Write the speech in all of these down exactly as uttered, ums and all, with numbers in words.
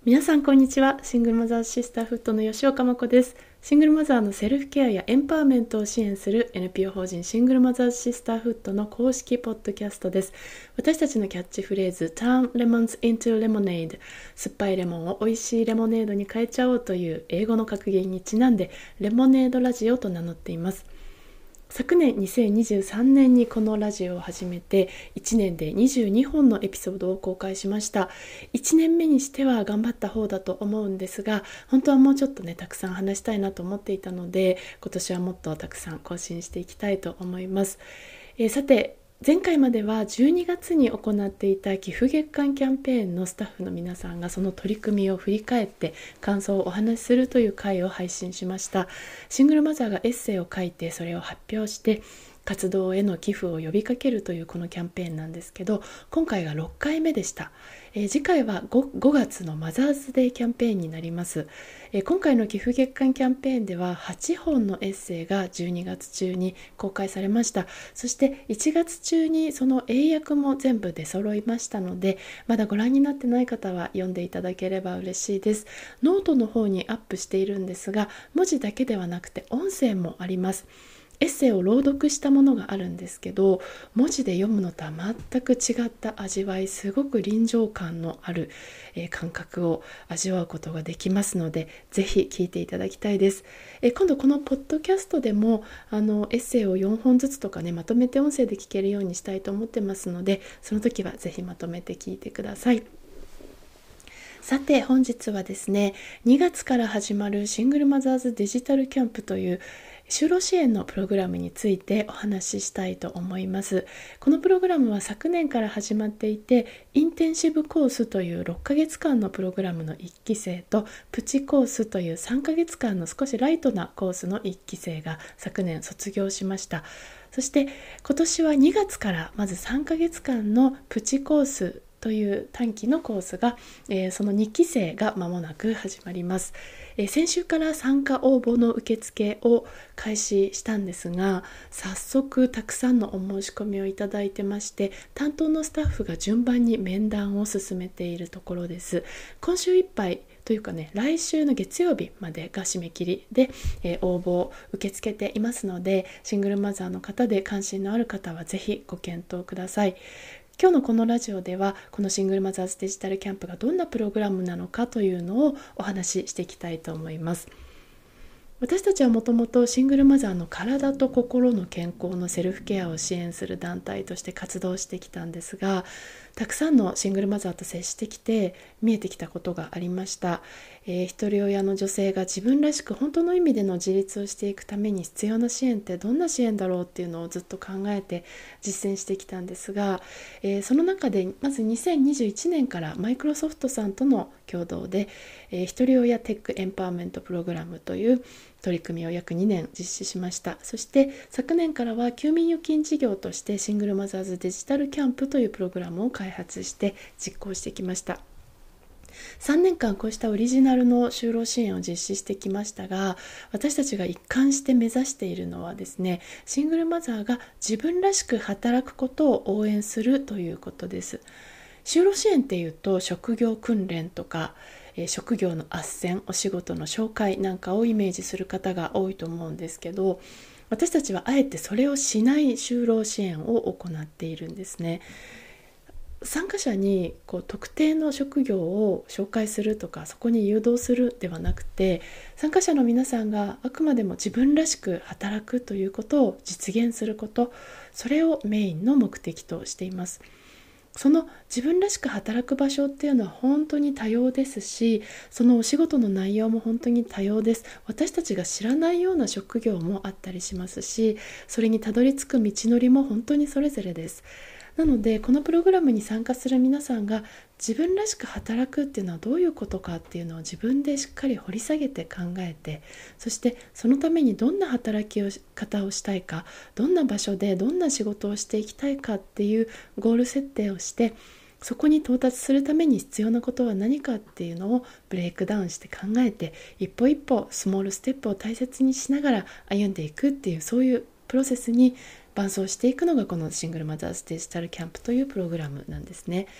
皆さんこんにちは。シングルマザーズシスターフットの吉岡真子です。シングルマザーのセルフケアやエンパワーメントを支援する エヌピーオー 法人シングルマザーズシスターフットの公式ポッドキャストです。私たちのキャッチフレーズ Turn Lemons into Lemonade、 酸っぱいレモンを美味しいレモネードに変えちゃおうという英語の格言にちなんでレモネードラジオと名乗っています。昨年にせんにじゅうさんねんにこのラジオを始めていちねんでにじゅうにほんのエピソードを公開しました。いちねんめにしては頑張った方だと思うんですが、本当はもうちょっとねたくさん話したいなと思っていたので、今年はもっとたくさん更新していきたいと思います。えー、さて前回まではじゅうにがつに行っていた寄付月間キャンペーンのスタッフの皆さんがその取り組みを振り返って感想をお話しするという回を配信しました。シングルマザーがエッセイを書いてそれを発表して活動への寄付を呼びかけるというこのキャンペーンなんですけど、今回がろっかいめでした。えー、次回は 5, ごがつのマザーズデーキャンペーンになります。えー、今回の寄付月間キャンペーンでははちほんのエッセイがじゅうにがつ中に公開されました。そしていちがつ中にその英訳も全部出揃いましたので、まだご覧になってない方は読んでいただければ嬉しいです。ノートの方にアップしているんですが、文字だけではなくて音声もあります。エッセイを朗読したものがあるんですけど、文字で読むのとは全く違った味わい、すごく臨場感のある、えー、感覚を味わうことができますので、ぜひ聞いていただきたいです。えー、今度このポッドキャストでもあのエッセイをよんほんずつとかね、まとめて音声で聞けるようにしたいと思ってますので、その時はぜひまとめて聞いてください。さて本日はですね、にがつから始まるシングルマザーズデジタルキャンプという就労支援のプログラムについてお話ししたいと思います。このプログラムは昨年から始まっていて、インテンシブコースというろっかげつかんのプログラムのいっき生とプチコースというさんかげつかんの少しライトなコースのいっき生が昨年卒業しました。そして今年はにがつからまずさんかげつかんのプチコースという短期のコースが、えー、そのにき生が間もなく始まります。えー、先週から参加応募の受付を開始したんですが、早速たくさんのお申し込みをいただいてまして、担当のスタッフが順番に面談を進めているところです。今週いっぱいというかね、来週の月曜日までが締め切りで、えー、応募を受け付けていますので、シングルマザーの方で関心のある方はぜひご検討ください。今日のこのラジオではこのシングルマザーズデジタルキャンプがどんなプログラムなのかというのをお話ししていきたいと思います。私たちはもともとシングルマザーの体と心の健康のセルフケアを支援する団体として活動してきたんですが、たくさんのシングルマザーと接してきて見えてきたことがありました。えー、一人親の女性が自分らしく本当の意味での自立をしていくために必要な支援ってどんな支援だろうっていうのをずっと考えて実践してきたんですが、えー、その中でまずにせんにじゅういちねんからマイクロソフトさんとの共同で、えー、一人親テックエンパワーメントプログラムという取り組みを約にねん実施しました。そして昨年からは休眠預金事業としてシングルマザーズデジタルキャンプというプログラムを開発して実行してきました。さんねんかんこうしたオリジナルの就労支援を実施してきましたが、私たちが一貫して目指しているのはですね、シングルマザーが自分らしく働くことを応援するということです。就労支援っていうと職業訓練とか、えー、職業の斡旋、お仕事の紹介なんかをイメージする方が多いと思うんですけど、私たちはあえてそれをしない就労支援を行っているんですね。参加者にこう特定の職業を紹介するとかそこに誘導するではなくて、参加者の皆さんがあくまでも自分らしく働くということを実現すること、それをメインの目的としています。その自分らしく働く場所っていうのは本当に多様ですし、そのお仕事の内容も本当に多様です。私たちが知らないような職業もあったりしますし、それにたどり着く道のりも本当にそれぞれです。なのでこのプログラムに参加する皆さんが自分らしく働くっていうのはどういうことかっていうのを自分でしっかり掘り下げて考えて、そしてそのためにどんな働き方をしたいか、どんな場所でどんな仕事をしていきたいかっていうゴール設定をして、そこに到達するために必要なことは何かっていうのをブレイクダウンして考えて、一歩一歩スモールステップを大切にしながら歩んでいくっていう、そういうプロセスに伴走していくのがこのシングルマザーズデジタルキャンプというプログラムなんですね。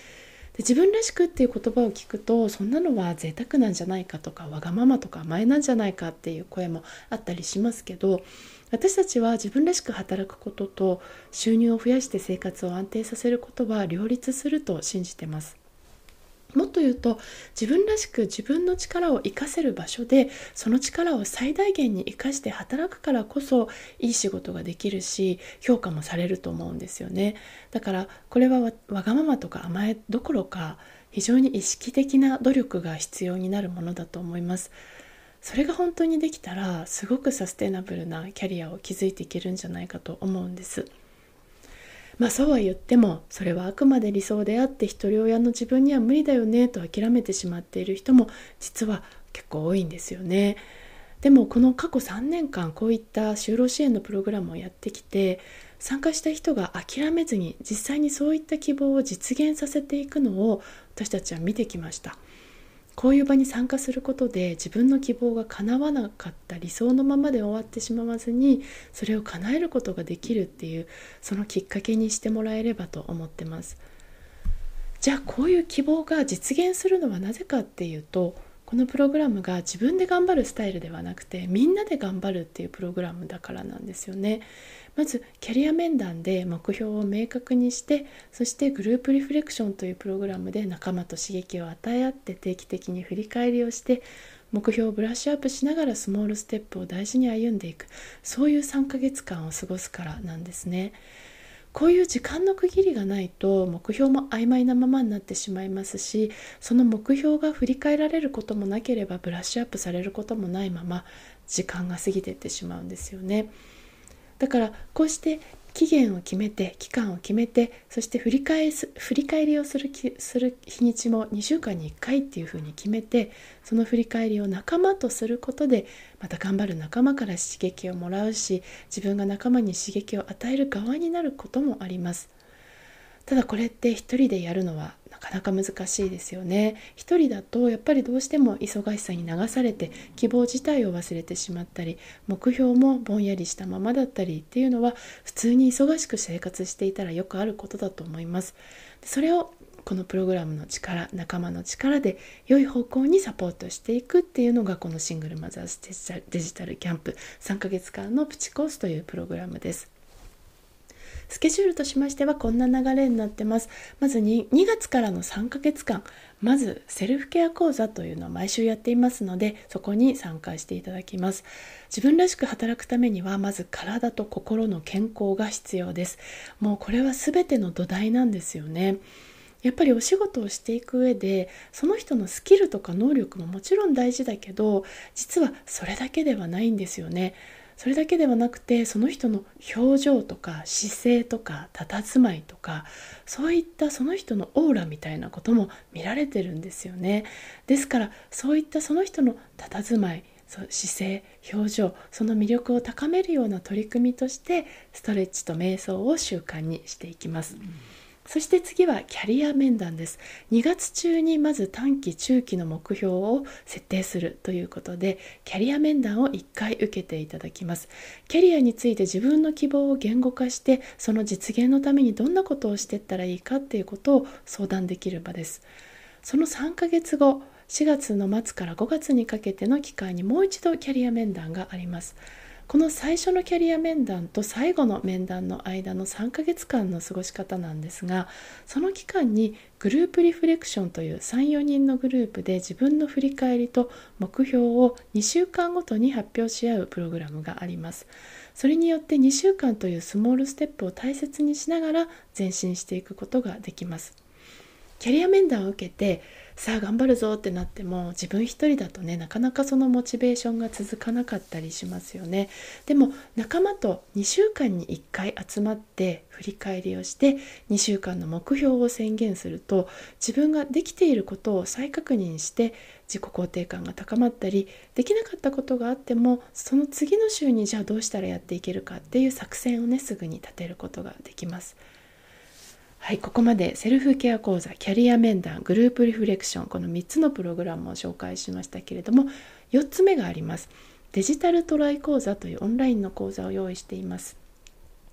自分らしくっていう言葉を聞くと、そんなのは贅沢なんじゃないかとか、わがままとか甘えなんじゃないかっていう声もあったりしますけど、私たちは自分らしく働くことと収入を増やして生活を安定させることは両立すると信じてます。もっと言うと、自分らしく自分の力を生かせる場所でその力を最大限に生かして働くからこそ、いい仕事ができるし評価もされると思うんですよね。だからこれは わ, わがままとか甘えどころか、非常に意識的な努力が必要になるものだと思います。それが本当にできたら、すごくサステナブルなキャリアを築いていけるんじゃないかと思うんです。まあそうは言っても、それはあくまで理想であって、一人親の自分には無理だよねと諦めてしまっている人も実は結構多いんですよね。でもこの過去さんねんかん、こういった就労支援のプログラムをやってきて、参加した人が諦めずに実際にそういった希望を実現させていくのを私たちは見てきました。こういう場に参加することで、自分の希望が叶わなかった理想のままで終わってしまわずに、それを叶えることができるっていう、そのきっかけにしてもらえればと思ってます。じゃあこういう希望が実現するのはなぜかっていうと、このプログラムが自分で頑張るスタイルではなくて、みんなで頑張るっていうプログラムだからなんですよね。まずキャリア面談で目標を明確にして、そしてグループリフレクションというプログラムで仲間と刺激を与え合って、定期的に振り返りをして、目標をブラッシュアップしながらスモールステップを大事に歩んでいく、そういうさんかげつかんを過ごすからなんですね。こういう時間の区切りがないと、目標も曖昧なままになってしまいますし、その目標が振り返られることもなければブラッシュアップされることもないまま、時間が過ぎていってしまうんですよね。だからこうして期限を決めて、期間を決めて、そして振り返す振り返りをするする日にちもにしゅうかんにいっかいっていうふうに決めて、その振り返りを仲間とすることで、また頑張る仲間から刺激をもらうし、自分が仲間に刺激を与える側になることもあります。ただこれって一人でやるのはなかなか難しいですよね。一人だとやっぱりどうしても忙しさに流されて、希望自体を忘れてしまったり、目標もぼんやりしたままだったりっていうのは、普通に忙しく生活していたらよくあることだと思います。それをこのプログラムの力、仲間の力で良い方向にサポートしていくっていうのが、このシングルマザーズデジタルキャンプさんかげつかんのプチコースというプログラムです。スケジュールとしましてはこんな流れになってます。まず に, にがつからのさんかげつかん、まずセルフケア講座というのを毎週やっていますので、そこに参加していただきます。自分らしく働くためには、まず体と心の健康が必要です。もうこれは全ての土台なんですよね。やっぱりお仕事をしていく上で、その人のスキルとか能力ももちろん大事だけど、実はそれだけではないんですよね。それだけではなくて、その人の表情とか姿勢とか佇まいとか、そういったその人のオーラみたいなことも見られてるんですよね。ですからそういったその人の佇まい、姿勢、表情、その魅力を高めるような取り組みとして、ストレッチと瞑想を習慣にしていきます。そして次はキャリア面談です。にがつ中にまず短期中期の目標を設定するということで、キャリア面談をいっかい受けていただきます。キャリアについて自分の希望を言語化して、その実現のためにどんなことをしていったらいいかっていうことを相談できる場です。そのさんかげつご、しがつの末からごがつにかけての期間にもう一度キャリア面談があります。この最初のキャリア面談と最後の面談の間のさんかげつかんの過ごし方なんですが、その期間にグループリフレクションという さん,よ 人のグループで自分の振り返りと目標をにしゅうかんごとに発表し合うプログラムがあります。それによってにしゅうかんというスモールステップを大切にしながら前進していくことができます。キャリア面談を受けて、さあ頑張るぞってなっても、自分一人だとね、なかなかそのモチベーションが続かなかったりしますよね。でも仲間とにしゅうかんにいっかい集まって振り返りをして、にしゅうかんの目標を宣言すると、自分ができていることを再確認して自己肯定感が高まったり、できなかったことがあっても、その次の週にじゃあどうしたらやっていけるかっていう作戦をね、すぐに立てることができます。はい、ここまでセルフケア講座、キャリア面談、グループリフレクション、このみっつのプログラムを紹介しましたけれども、よっつめがあります。デジタルトライ講座というオンラインの講座を用意しています。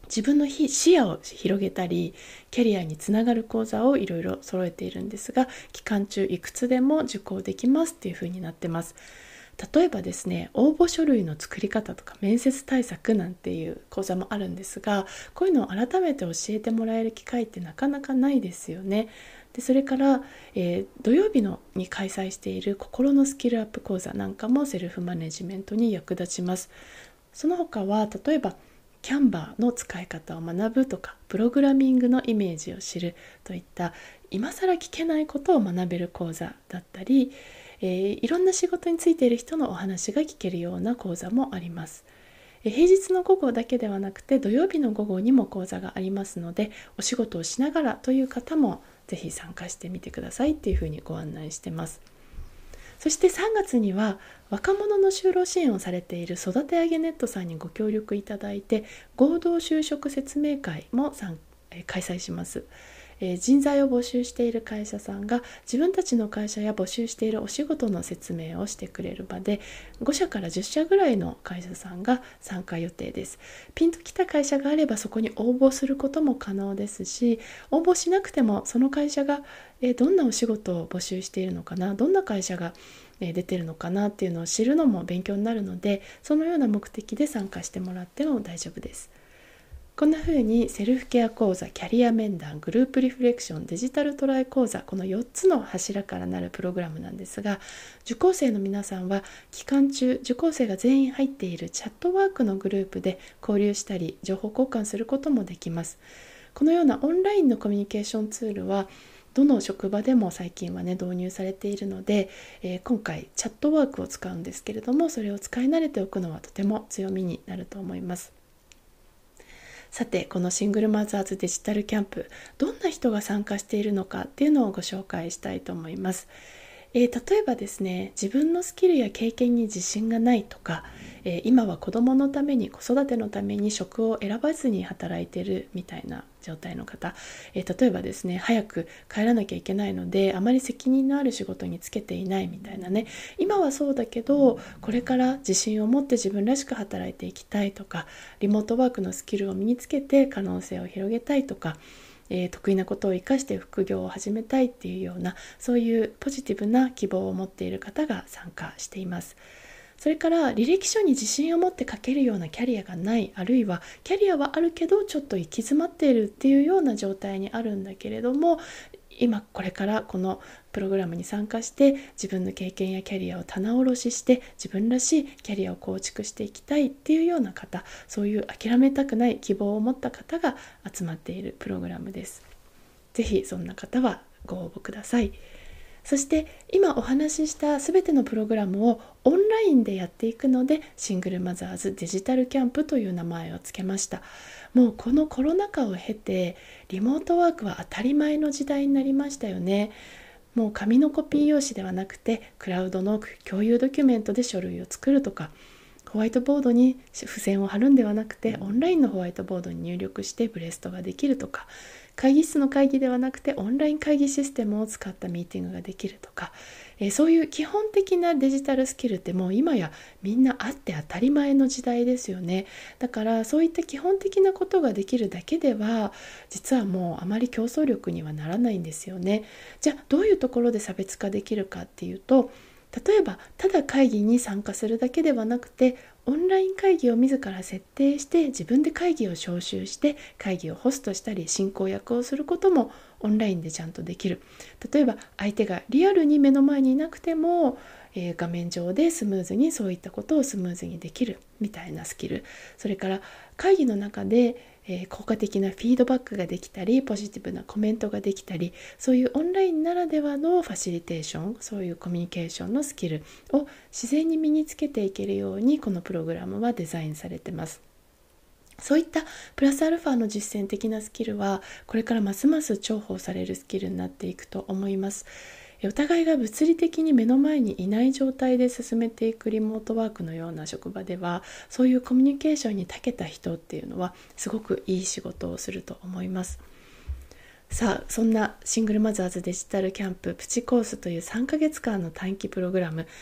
自分の視野を広げたりキャリアにつながる講座をいろいろ揃えているんですが、期間中いくつでも受講できますっていう風になってます。例えばですね、応募書類の作り方とか面接対策なんていう講座もあるんですが、こういうのを改めて教えてもらえる機会ってなかなかないですよね。でそれから、えー、土曜日のに開催している心のスキルアップ講座なんかもセルフマネジメントに役立ちます。その他は例えばキャンバーの使い方を学ぶとか、プログラミングのイメージを知るといった今更聞けないことを学べる講座だったり、えー、いろんな仕事についている人のお話が聞けるような講座もあります。えー、平日の午後だけではなくて土曜日の午後にも講座がありますので、お仕事をしながらという方もぜひ参加してみてくださいっていうふうにご案内してます。そしてさんがつには若者の就労支援をされている育て上げネットさんにご協力いただいて、合同就職説明会も開催します。えー、人材を募集している会社さんが自分たちの会社や募集しているお仕事の説明をしてくれる場で、ごしゃからじゅっしゃぐらいの会社さんが参加予定です。ピンときた会社があればそこに応募することも可能ですし、応募しなくてもその会社が、えー、どんなお仕事を募集しているのかな、どんな会社が出てるのかなっていうのを知るのも勉強になるので、そのような目的で参加してもらっても大丈夫です。こんな風にセルフケア講座、キャリア面談、グループリフレクション、デジタルトライ講座、このよっつの柱からなるプログラムなんですが、受講生の皆さんは期間中受講生が全員入っているチャットワークのグループで交流したり情報交換することもできます。このようなオンラインのコミュニケーションツールはどの職場でも最近はね導入されているので、えー、今回チャットワークを使うんですけれども、それを使い慣れておくのはとても強みになると思います。さて、このシングルマザーズデジタルキャンプ、どんな人が参加しているのかっていうのをご紹介したいと思います。えー、例えばですね、自分のスキルや経験に自信がないとか、えー、今は子供のために子育てのために職を選ばずに働いているみたいな状態の方、えー、例えばですね、早く帰らなきゃいけないのであまり責任のある仕事に就けていないみたいなね、今はそうだけどこれから自信を持って自分らしく働いていきたいとか、リモートワークのスキルを身につけて可能性を広げたいとか、えー、得意なことを生かして副業を始めたいっていうような、そういうポジティブな希望を持っている方が参加しています。それから履歴書に自信を持って書けるようなキャリアがない、あるいはキャリアはあるけどちょっと行き詰まっているっていうような状態にあるんだけれども、今これからこのプログラムに参加して自分の経験やキャリアを棚卸しして自分らしいキャリアを構築していきたいっていうような方、そういう諦めたくない希望を持った方が集まっているプログラムです。ぜひそんな方はご応募ください。そして今お話ししたすべてのプログラムをオンラインでやっていくので、シングルマザーズデジタルキャンプという名前をつけました。もうこのコロナ禍を経てリモートワークは当たり前の時代になりましたよね。もう紙のコピー用紙ではなくてクラウドの共有ドキュメントで書類を作るとか、ホワイトボードに付箋を貼るんではなくてオンラインのホワイトボードに入力してブレストができるとか、会議室の会議ではなくてオンライン会議システムを使ったミーティングができるとか、えー、そういう基本的なデジタルスキルってもう今やみんなあって当たり前の時代ですよね。だからそういった基本的なことができるだけでは実はもうあまり競争力にはならないんですよね。じゃあどういうところで差別化できるかっていうと、例えばただ会議に参加するだけではなくて、オンライン会議を自ら設定して自分で会議を招集して会議をホストしたり進行役をすることもオンラインでちゃんとできる。例えば相手がリアルに目の前にいなくても、えー、画面上でスムーズにそういったことをスムーズにできるみたいなスキル。それから会議の中でえー、効果的なフィードバックができたり、ポジティブなコメントができたり、そういうオンラインならではのファシリテーション、そういうコミュニケーションのスキルを自然に身につけていけるようにこのプログラムはデザインされています。そういったプラスアルファの実践的なスキルはこれからますます重宝されるスキルになっていくと思います。お互いが物理的に目の前にいない状態で進めていくリモートワークのような職場では、そういうコミュニケーションに長けた人っていうのはすごくいい仕事をすると思います。さあ、そんなシングルマザーズデジタルキャンププチコースというさんかげつかんの短期プログラム、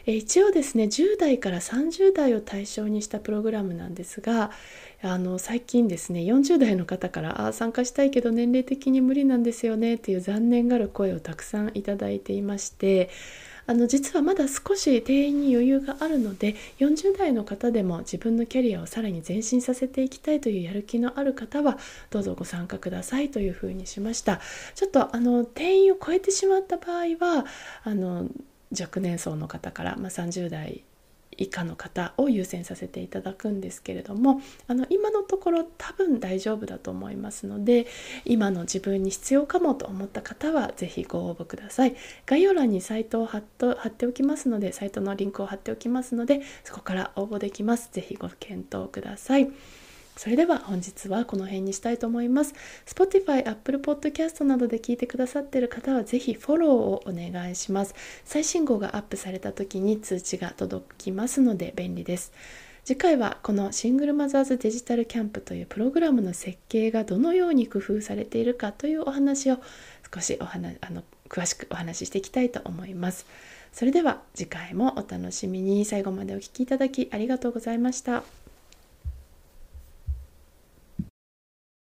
え一応ですねじゅう代からさんじゅう代を対象にしたプログラムなんですが、あの最近ですねよんじゅう代の方からあ参加したいけど年齢的に無理なんですよねっていう残念がる声をたくさんいただいていまして、あの実はまだ少し定員に余裕があるので、よんじゅう代の方でも自分のキャリアをさらに前進させていきたいというやる気のある方はどうぞご参加くださいというふうにしました。ちょっとあの定員を超えてしまった場合はあの若年層の方から、まあ、さんじゅう代以下の方を優先させていただくんですけれども、あの今のところ多分大丈夫だと思いますので、今の自分に必要かもと思った方はぜひご応募ください。概要欄にサイトを貼っと貼っておきますので、サイトのリンクを貼っておきますので、そこから応募できます。ぜひご検討ください。それでは本日はこの辺にしたいと思います。Spotify、Apple Podcast などで聞いてくださっている方はぜひフォローをお願いします。最新号がアップされた時に通知が届きますので便利です。次回はこのシングルマザーズデジタルキャンプというプログラムの設計がどのように工夫されているかというお話を少しお話あの詳しくお話ししていきたいと思います。それでは次回もお楽しみに。最後までお聞きいただきありがとうございました。